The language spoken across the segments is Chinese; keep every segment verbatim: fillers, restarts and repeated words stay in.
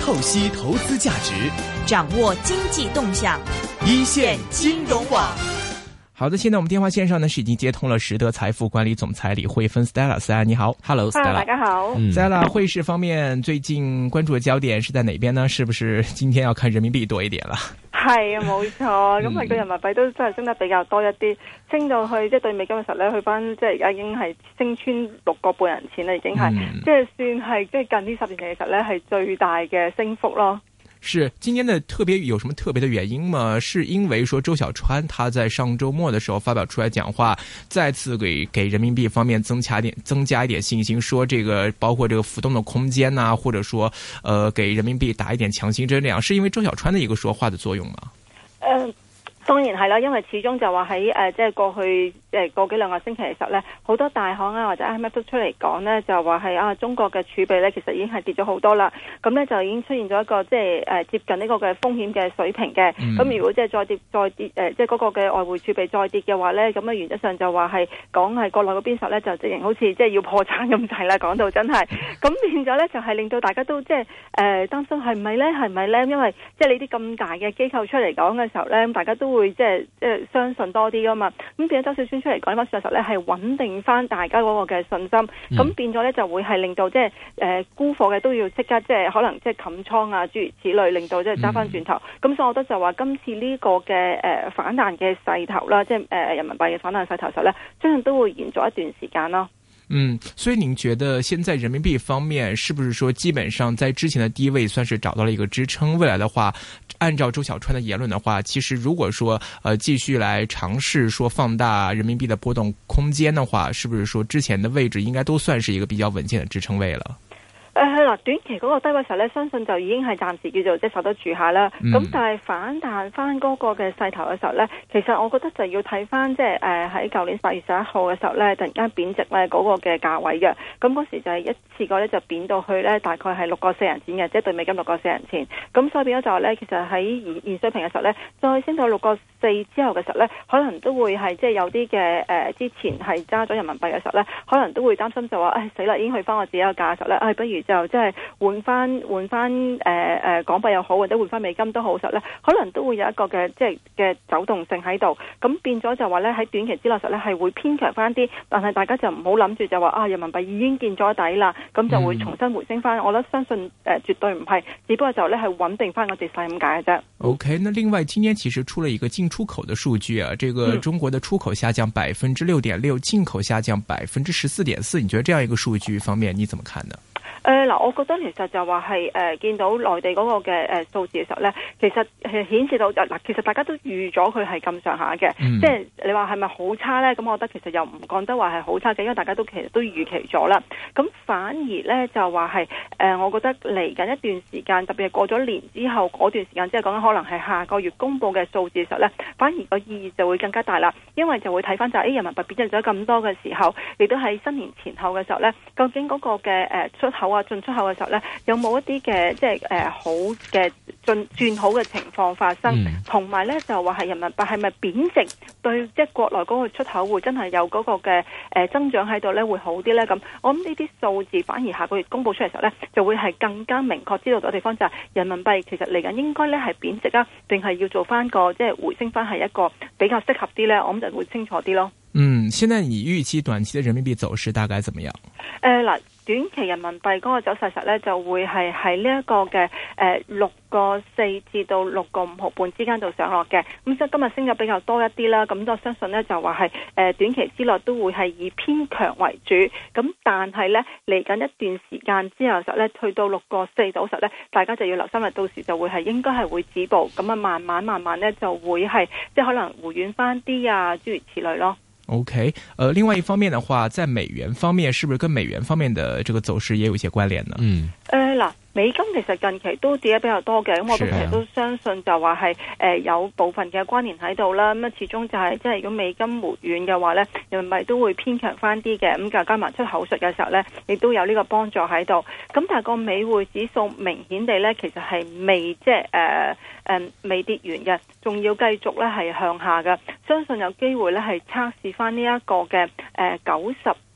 透析投资价值， 掌握经济动向， 一线金融网。 好的，现在我们电话线上呢是已经接通了实德财富管理总裁李慧芬 Stella，Stella 你好 ，Hello Stella， 大家好。 嗯、Stella 汇市方面最近关注的焦點是在哪邊呢？是不是今天要看人民幣多一點啦？ 係啊，冇錯，咁啊個人民幣都真係升得比較多一啲，升到去即係對美金嘅時候咧，去翻即係而家已經係升穿六個半人錢啦，已經係、嗯、即係算係即係近呢十年嚟嘅時候咧係最大嘅升幅咯。 是今天的特別有什麼特別的原因嗎？是因為說周小川他在上周末的時候發表出來講話，再次給給人民幣方面增加點增加一點信心，說這個包括這個浮動的空間啊，或者說呃給人民幣打一點強心針，這樣是因為周小川的一個說話的作用嗎？ 呃當然係啦，因為始終就話喺誒即係過去誒個幾兩個星期嘅時候咧，好多大行啊或者 I M F 都出嚟講咧，就話係啊中國嘅儲備咧其實已經係跌咗好多啦，咁咧就已經出現咗一個即係誒接近呢個嘅風險嘅水平嘅。咁、嗯、如果即係再跌再跌誒即係嗰個嘅外匯儲備再跌嘅話咧，咁啊原則上就話係講係國內嗰邊時候咧就直情好似即係要破產咁滯啦，講到真係咁變咗咧就係、是、令到大家都即係誒擔心係唔係咧係唔係咧，因為即係你啲咁大嘅機構出嚟講嘅時候咧，咁大家都會即係即係相信多啲噶嘛，咁變咗周小川出嚟講翻事實咧，係穩定翻大家嗰個嘅信心，咁、嗯、變咗咧就會係令到即係誒沽貨嘅都要即刻即係可能即係冚倉啊諸如此類，令到即係揸翻轉頭。咁、嗯、所以我覺得就話今次呢個嘅誒、呃、反彈嘅勢頭啦，即係誒、呃、人民幣嘅反彈勢頭實咧，相信都會延續一段時間咯。 嗯，所以您覺得現在人民幣方面是不是說基本上在之前的低位算是找到了一個支撐？未來的話，按照周小川的言論的話，其實如果說呃繼續來嘗試說放大人民幣的波動空間的話，是不是說之前的位置應該都算是一個比較穩健的支撐位了？ 誒係啦，短期嗰個低位時候咧，相信就已經係暫時叫做即係受得住下啦。咁、嗯、但係反彈翻嗰個嘅勢頭嘅時候咧，其實我覺得就要睇翻即係誒喺舊年八月十一號嘅時候咧，突然間貶值咧嗰個嘅價位嘅。咁嗰時就係一次過咧就貶到去咧大概係六個四人錢嘅，即係對美金六個四人錢。咁所以變咗就係咧，其實喺現現水平嘅時候咧，再升到六個四之後嘅時候咧，可能都會係即係有啲嘅誒之前係揸咗人民幣嘅時候咧，可能都會擔心就話誒死啦，已經去翻我自己個價嘅時候咧，誒、哎、不如就即係換翻換翻誒誒港幣又好，或者換翻美金都好，實咧可能都會有一個嘅即係嘅走動性喺度，咁變咗就話咧喺短期之內實咧係會偏強翻啲，但係大家就唔好諗住就話啊人民幣已經見咗底啦，咁就會重新回升翻。嗯、我覺得相信誒、呃、絕對唔係，只不過就咧係穩定翻個跌勢咁解嘅啫。 OK，那另外今天其實出了一個進出口的數據啊，這個中國的出口下降百分之六點六，進口下降百分之十四點四，你覺得這樣一個數據方面你怎麼看呢？ 誒嗱、呃，我覺得其實就話係誒見到內地嗰個嘅誒數字嘅時候咧，其實係顯示到嗱、呃，其實大家都預咗佢係咁上下嘅，嗯、即係你話係咪好差咧？咁我覺得其實又唔講得話係好差嘅，因為大家都其實都預期咗啦。咁反而咧就話係誒，我覺得嚟緊一段時間，特別係過咗年之後嗰段時間，即係講緊可能係下個月公佈嘅數字嘅時候咧，反而個意義就會更加大啦，因為就會睇翻就係、是、誒人民幣貶值咗咁多嘅時候，亦都喺新年前後嘅時候咧，究竟嗰個嘅誒出口啊進出口嘅時候咧，有冇一啲嘅即係誒、呃、好嘅進轉好嘅情況發生，同埋咧就話係人民幣係咪貶值對即係國內嗰個出口會真係有嗰個嘅誒、呃、增長喺度咧會好啲咧？咁我諗呢啲數字反而下個月公佈出嚟嘅時候咧，就會係更加明確知道到地方就係人民幣其實嚟緊應該咧係貶值啊，定係要做翻個即係回升翻係一個比較適合啲咧？我諗就會清楚啲咯。 嗯，現在你預期短期的人民幣走勢大概怎麼樣？ 誒嗱、呃，短期人民幣嗰個走勢實咧就會係喺呢一個嘅誒六個四至到六個五毫半之間度上落嘅。咁即係今日升咗比較多一啲啦。咁我相信咧就話係誒短期之內都會係以偏強為主。咁但係咧嚟緊一段時間之後實咧去到六個四度實咧，大家就要留心啦。到時就會係應該係會止步，咁啊慢慢慢慢咧就會係即係可能回軟翻啲啊諸如此類咯。 OK，呃，另外一方面的話，在美元方面，是不是跟美元方面的這個走勢也有一些關聯呢？嗯，誒嗱、呃， 美金其實近期都跌得比較多嘅，咁我都其實都相信就話係誒有部分嘅關聯喺度啦。咁啊，始終就係、是、即係如果美金回軟嘅話咧，人民幣都會偏強翻啲嘅。咁就加埋出口術嘅時候咧，亦都有呢個幫助喺度。咁但係個美匯指數明顯地咧，其實係未即係誒誒未跌完嘅，仲要繼續咧係向下嘅。相信有機會咧係測試翻呢一個嘅誒九十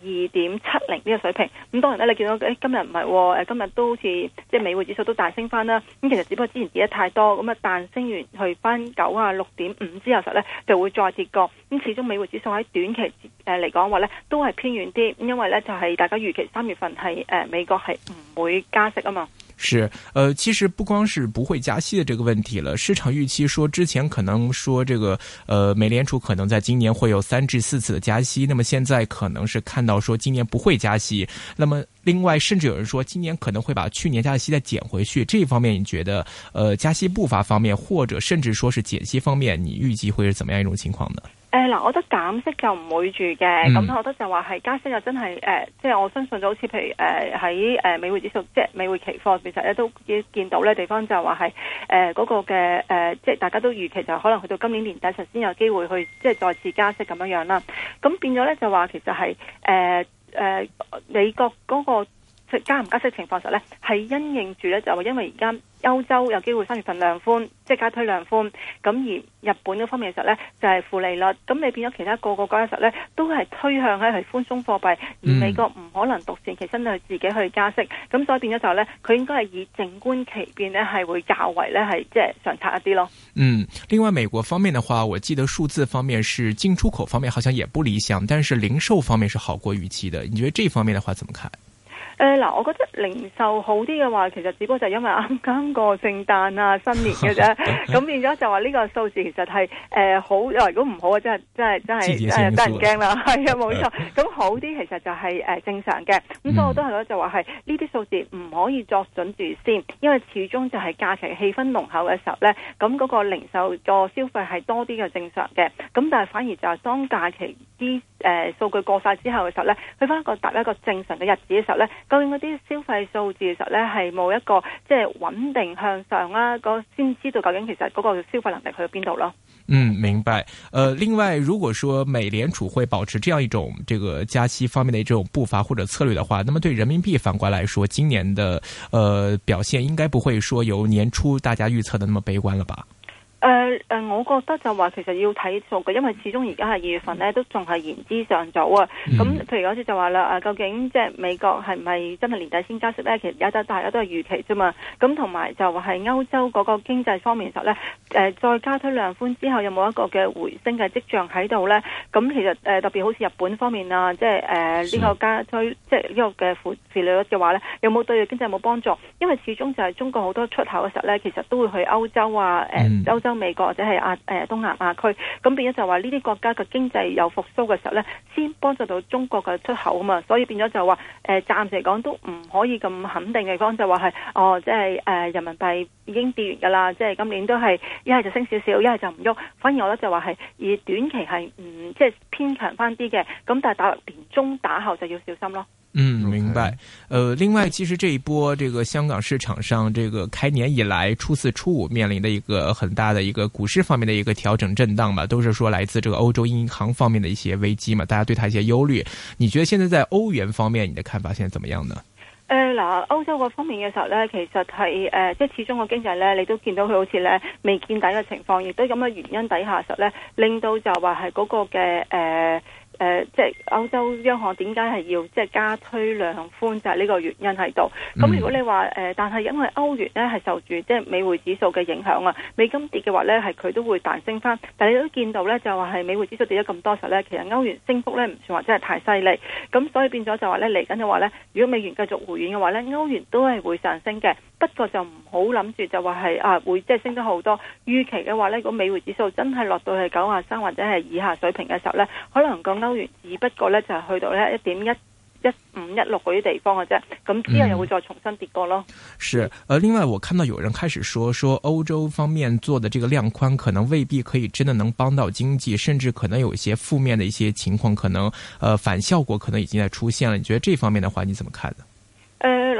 二點七零呢個水平。咁當然咧，你見到誒今日唔係喎，誒今日都好似即係美匯指數都大升翻啦。咁其實只不過之前跌得太多，咁啊彈升完去翻九啊六點五之後實咧就會再跌過。咁始終美匯指數喺短期誒嚟講話咧都係偏遠啲，因為咧就係大家預期三月份係誒美國係唔會加息啊嘛。 是，呃，其實不光是不會加息的這個問題了，市場預期說之前可能說這個，呃，美聯儲可能在今年會有三至四次的加息，那麼現在可能是看到說今年不會加息，那麼另外甚至有人說今年可能會把去年加息再減回去，這一方面你覺得，呃，加息步伐方面或者甚至說是減息方面，你預計會是怎麼樣一種情況呢？ 誒嗱、呃，我覺得減息就唔會住嘅，咁、嗯、我覺得就話係加息就真係誒，即、呃、係、就是、我相信就好似譬如誒喺誒美匯指數，即係美匯期貨，其實咧都見到咧地方就話係誒嗰個嘅誒，即、呃、係、就是、大家都預期就可能去到今年年底實先有機會去即係、就是、再次加息咁樣樣啦。咁變咗咧就話其實係誒誒美國嗰個加唔加息情況實咧係因應住咧就話因為而家歐洲有機會三月份量寬，即係加推量寬，咁而日本嗰方面嘅時候咧就係負利率，咁你變咗其他個個國家嘅時候咧都係推向咧係寬鬆貨幣，而美國唔可能獨善其身去自己去加息，咁所以變咗就咧佢應該係以靜觀其變咧係會較為咧係即係常態一啲咯。嗯， 另外美國方面的話，我記得數字方面是進出口方面好像也不理想，但是零售方面是好過預期的，你覺得這方面的話怎麼看？ 誒嗱、呃，我覺得零售好啲嘅話，其實只不過就因為啱啱過聖誕啊、新年嘅啫，咁變咗就話呢個數字其實係誒、呃、好，如果唔好啊，真係真係真係誒得人驚啦，係啊冇錯。咁好啲其實就係、是、誒、呃、正常嘅，咁、嗯、所以我都係覺得就話係呢啲數字唔可以作準住先，因為始終就係假期氣氛濃厚嘅時候咧，咁嗰個零售個消費係多啲嘅正常嘅，咁但係反而就係當假期啲誒數據過晒之後嘅時候咧，去翻一個搭一個正常嘅日子嘅時候咧。究竟嗰啲消費數字嘅時候咧，係冇一個即係穩定向上啦，個先知道究竟其實嗰個消費能力去到邊度咯。 嗯，明白。呃，另外，如果說美聯儲會保持這樣一種這個加息方面的這種步伐或者策略的話，那麼對人民幣反觀來說，今年的呃表現應該不會說由年初大家預測的那麼悲觀了吧？ 誒誒、呃，我覺得就話其實要睇數據，因為始終而家係二月份咧，都仲係言之尚早啊。咁、嗯、譬如好似就話啦，究竟即係美國係咪真係年底先加息咧？其實而家大家都係預期啫嘛。咁同埋就話係歐洲嗰個經濟方面嘅時候咧，誒、呃、再加推量寬之後，有冇一個嘅回升嘅跡象喺度咧？咁其實誒、呃、特別好似日本方面啊，即係誒呢個加推即係呢個嘅負利率嘅話咧，有冇對經濟有冇幫助？因為始終就係中國好多出口嘅時候咧，其實都會去歐洲啊，誒、呃嗯、歐洲。美國或者係亞誒東南亞區，咁變咗就話呢啲國家嘅經濟有復甦嘅時候咧，先幫助到中國嘅出口啊嘛，所以變咗就話誒暫時嚟講都唔可以咁肯定嘅講，就話係哦，即係誒人民幣已經跌完㗎啦，即係今年都係一係就升少少，一係就唔喐，反而我覺得就話係以短期係唔即係偏強翻啲嘅，咁但係打年中打後就要小心咯。 嗯，明白。呃，另外，其實這一波這個香港市場上，這個開年以來初四、初五面臨的一個很大的一個股市方面的一個調整震盪吧，都是說來自這個歐洲銀行方面的一些危機嘛，大家對它一些憂慮。你覺得現在在歐元方面，你的看法現在怎麼樣呢？ 誒嗱，歐洲嗰方面嘅時候咧，其實係誒，即係始終個經濟咧，你都見到佢好似咧未見底嘅情況，亦都咁嘅原因底下時候咧，令到就話係嗰個嘅誒。呃誒、呃，即係歐洲央行點解係要即係加推量寬，就係、是、呢個原因喺度。咁、嗯、如果你話誒、呃，但係因為歐元咧係受住即係美匯指數嘅影響啊，美金跌嘅話咧係佢都會彈升翻。但係你都見到咧就話係美匯指數跌咗咁多時候咧，其實歐元升幅咧唔算話真係太犀利。咁所以變咗就話咧嚟緊嘅話咧，如果美元繼續回軟嘅話咧，歐元都係會上升嘅。不過就唔好諗住就話係啊會即係升得好多。預期嘅話咧，如果美匯指數真係落到去九十三或者係以下水平嘅時候咧，可能個歐元只不過咧就係去到咧一點一一五一六嗰啲地方嘅啫，咁之後又會再重新跌過咯。嗯、是，呃，另外我看到有人開始說，說歐洲方面做的這個量寬可能未必可以真的能幫到經濟，甚至可能有一些負面的一些情況，可能呃反效果可能已經在出現了。你覺得這方面的話，你怎麼看呢？誒嗱、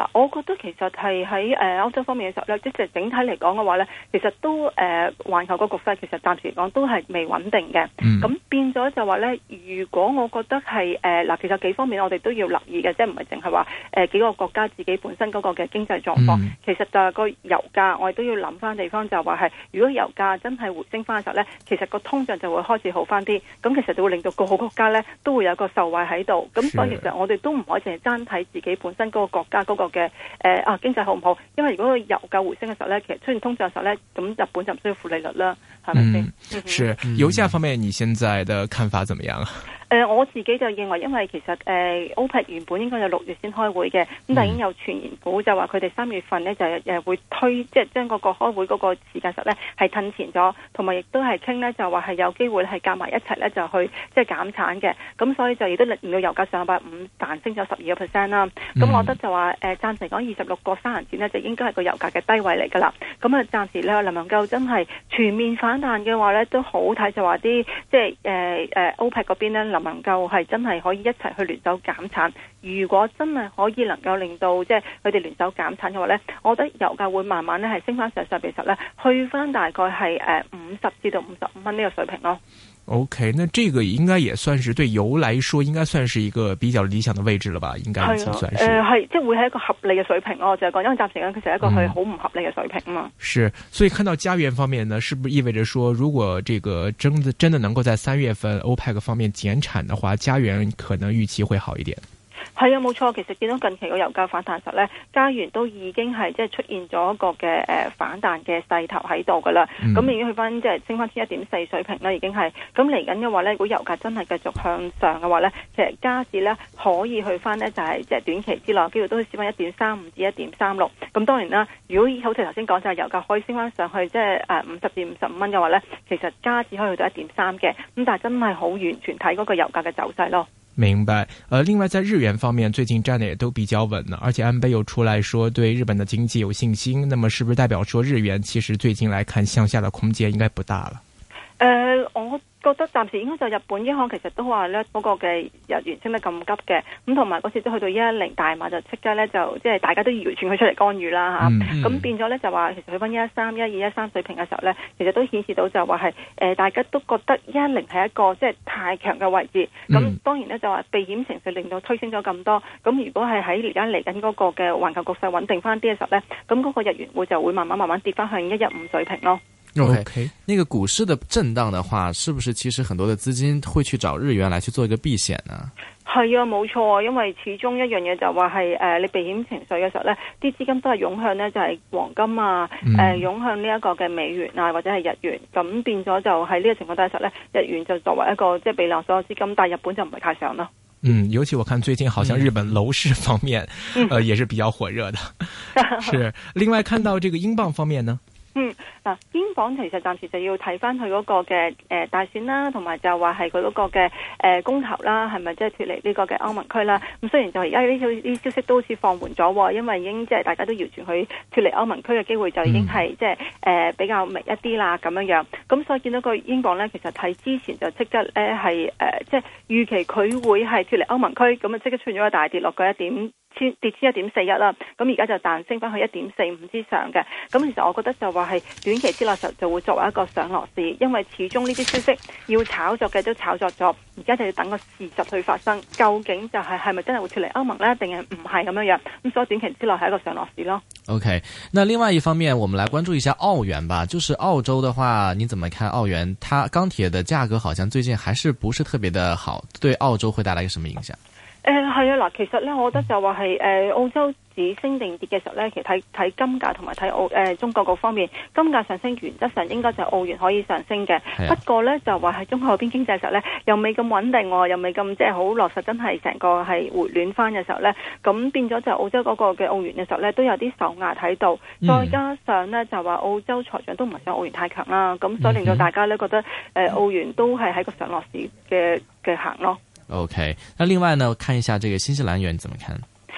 嗱，我覺得其實係喺誒歐洲方面嘅時候咧，即係整體嚟講嘅話咧，其實都誒環、呃、球個局勢其實暫時嚟講都係未穩定嘅。咁、嗯、變咗就話咧，如果我覺得係誒嗱，其實幾方面我哋都要留意嘅，即係唔係淨係話誒幾個國家自己本身嗰個嘅經濟狀況，嗯、其實就係個油價，我哋都要諗翻地方就係話係，如果油價真係回升翻嘅時候咧，其實個通脹就會開始好翻啲，咁其實就會令到個好國家咧都會有個受惠喺度。咁所以其實我哋都唔可以淨係單睇自己本身嗰個國家嗰個嘅誒、呃、啊經濟好唔好，因為如果個油價回升嘅時候咧，其實出現通脹嘅時候咧，咁日本就唔需要負利率啦，係咪先？嗯、是油價方面，你現在的看法怎麼樣啊？ 誒、呃、我自己就認為，因為其實誒、呃、OPEC 原本應該有六月先開會嘅，咁但係已經有傳言股就話佢哋三月份呢就誒、呃、會推，即係將嗰個開會嗰個時間實咧係褪前咗，同埋亦都係傾呢就話係有機會係夾埋一齊咧就去即係減產嘅，咁所以就亦都令到油價上百五彈升咗十二個 percent 啦。咁、嗯、我覺得就話誒暫時講二十六個三銀錢呢，就應該係個油價嘅低位嚟㗎啦。咁啊暫時咧能唔能夠真係全面反彈嘅話咧，都好睇就話啲即係誒誒 OPEC 嗰邊咧能夠係真係可以一齊去聯手減產，如果真係可以能夠令到即係佢哋聯手減產嘅話呢，我覺得油價會慢慢咧係升翻上上邊實咧，去翻大概係誒五十至到五十五蚊呢個水平咯。 OK，那這個應該也算是對油來說，應該算是一個比較理想的位置了吧？應該已經算是。誒、呃，係，即係會係一個合理嘅水平咯。就係講，因為暫時講其實係一個係好唔合理嘅水平嘛。是，所以看到加元方面呢，是不是意味着說，如果這個真的真的能夠在三月份 OPEC 方面減產的話，加元可能預期會好一點。 係啊，冇錯。其實見到近期個油價反彈時咧，加元都已經係即係出現咗一個嘅誒反彈嘅勢頭喺度噶啦。咁、嗯、已經去翻即係升翻千一點四水平啦，已經係。咁嚟緊嘅話咧，如果油價真係繼續向上嘅話咧，其實加指咧可以去翻呢，就係即係短期之內機會都可以升翻一點三五至一點三六。咁當然啦，如果好似頭先講就係油價可以升翻上去即係誒五十至五十五蚊嘅話咧，其實加指可以去到一點三嘅。咁但係真係好完全睇嗰個油價嘅走勢咯。 明白，呃，另外在日元方面，最近站得也都比較穩呢，而且安倍又出來說對日本的經濟有信心，那麼是不是代表說日元其實最近來看向下的空間應該不大了？ 呃，我覺得暫時應該就日本央行其實都話咧嗰個嘅日元升得咁急嘅，咁同埋嗰次都去到一一零大碼就即刻咧就即係大家都謠傳佢出嚟干預啦嚇，咁、嗯、變咗咧就話其實去翻一一三、一二一三水平嘅時候咧，其實都顯示到就話係誒大家都覺得一一零係一個即係太強嘅位置，咁、嗯、當然咧就話避險情緒令到推升咗咁多，咁如果係喺而家嚟緊嗰個嘅環球局勢穩定翻啲嘅時候咧，咁嗰個日元會就會慢慢慢慢跌翻向一一五水平咯。 OK，, okay. 那個股市的震盪的話，是不是其實很多的資金會去找日元來去做一個避險呢？ 係啊，冇錯啊，因為始終一樣嘢就話係誒，你避險情緒嘅時候呢，啲資金都係湧向呢，就係黃金啊，誒、嗯呃，湧向呢一個嘅美元啊，或者係日元，咁變咗就喺呢個情況底下呢，日元就作為一個即係避難所有資金，但係日本就唔係太上咯。 嗯，尤其我看最近好像日本樓市方面，嗯、呃，也是比較火熱的。是，另外看到這個英鎊方面呢？ 嗯，嗱，英鎊其實暫時就要睇翻佢嗰個嘅誒、呃、大選啦，同埋就話係佢嗰個嘅誒、呃、公投啦，係咪即係脫離呢個嘅歐盟區啦？咁雖然就而家呢啲消息都好似放緩咗，因為已經即係大家都謠傳佢脫離歐盟區嘅機會就已經係即係誒比較微一啲啦咁樣樣。咁所以見到個英鎊咧，其實睇之前就即刻咧係誒即係預期佢會係脫離歐盟區，咁啊即刻出現咗個大跌落去一點。千跌千一點四一啦，咁而家就彈升翻去一點四五之上嘅。咁其實我覺得就話係短期之內就就會作為一個上落市，因為始終呢啲消息要炒作嘅都炒作咗，而家就要等個事實去發生，究竟就係係咪真係會脫離歐盟呢？定係唔係咁樣樣？咁所以短期之內係一個上落市咯。 OK，那另外一方面，我們來關注一下澳元吧。就是澳洲的話，你怎麼看澳元？它鋼鐵的價格好像最近還是不是特別的好，對澳洲會帶來一個什麼影響？ 誒係啊，嗱，其實咧，我覺得就話係誒澳洲指升定跌嘅時候咧，其實睇睇金價同埋睇澳誒、呃、中國嗰方面，金價上升原則上應該就係澳元可以上升嘅。不過咧就話係中國嗰邊經濟嘅時候咧，又未咁穩定喎，又未咁即係好落實，真係成個係回暖翻嘅時候咧，咁變咗就澳洲嗰個嘅澳元嘅時候咧，都有啲受壓喺度。再加上咧就話澳洲財長都唔係想澳元太強啦，咁所以令到大家咧覺得誒、呃、澳元都係喺個上落市嘅嘅行咯。 OK，那另外呢，看一下這個新西蘭元怎麼看？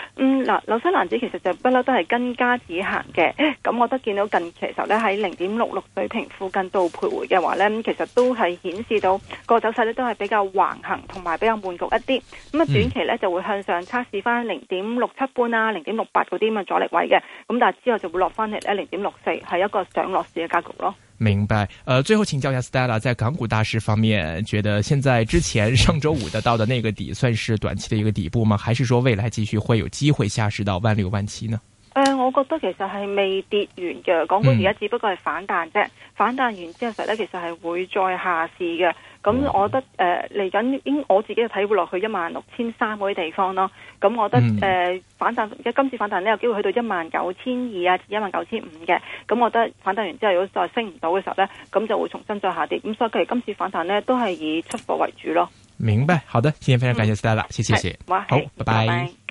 嗯嗱，紐西蘭紙其實就不嬲都係跟加紙行嘅，咁我覺得見到近期時候咧喺零點六六水平附近度徘徊嘅話咧，咁其實都係顯示到個走勢咧都係比較橫行同埋比較悶局一啲，咁啊短期咧就會向上測試翻零點六七半啊、零點六八嗰啲咁嘅阻力位嘅，咁但係之後就會落翻嚟咧零點六四，係一個上落市嘅格局咯。 明白，呃，最後請教一下 Stella， 在港股大市方面，覺得現在之前上周五的到的那個底，算是短期的一個底部嗎？還是說未來繼續會有機會下市到萬六萬七呢？ 誒、呃，我覺得其實係未跌完嘅，港股而家只不過係反彈啫、嗯，反彈完之後實咧其實係會再下市嘅。咁我覺得誒嚟緊應我自己就睇會落去一萬六千三嗰啲地方咯。咁我覺得誒、嗯呃、反彈，而家今次反彈咧有機會去到一萬九千二啊至一萬九千五嘅。咁我覺得反彈完之後，如果再升唔到嘅時候咧，咁就會重新再下跌。咁所以其實今次反彈咧都係以出貨為主咯。 明白，好的，今天非常感謝 Stella，、嗯、謝謝謝， 好， 拜拜。拜拜。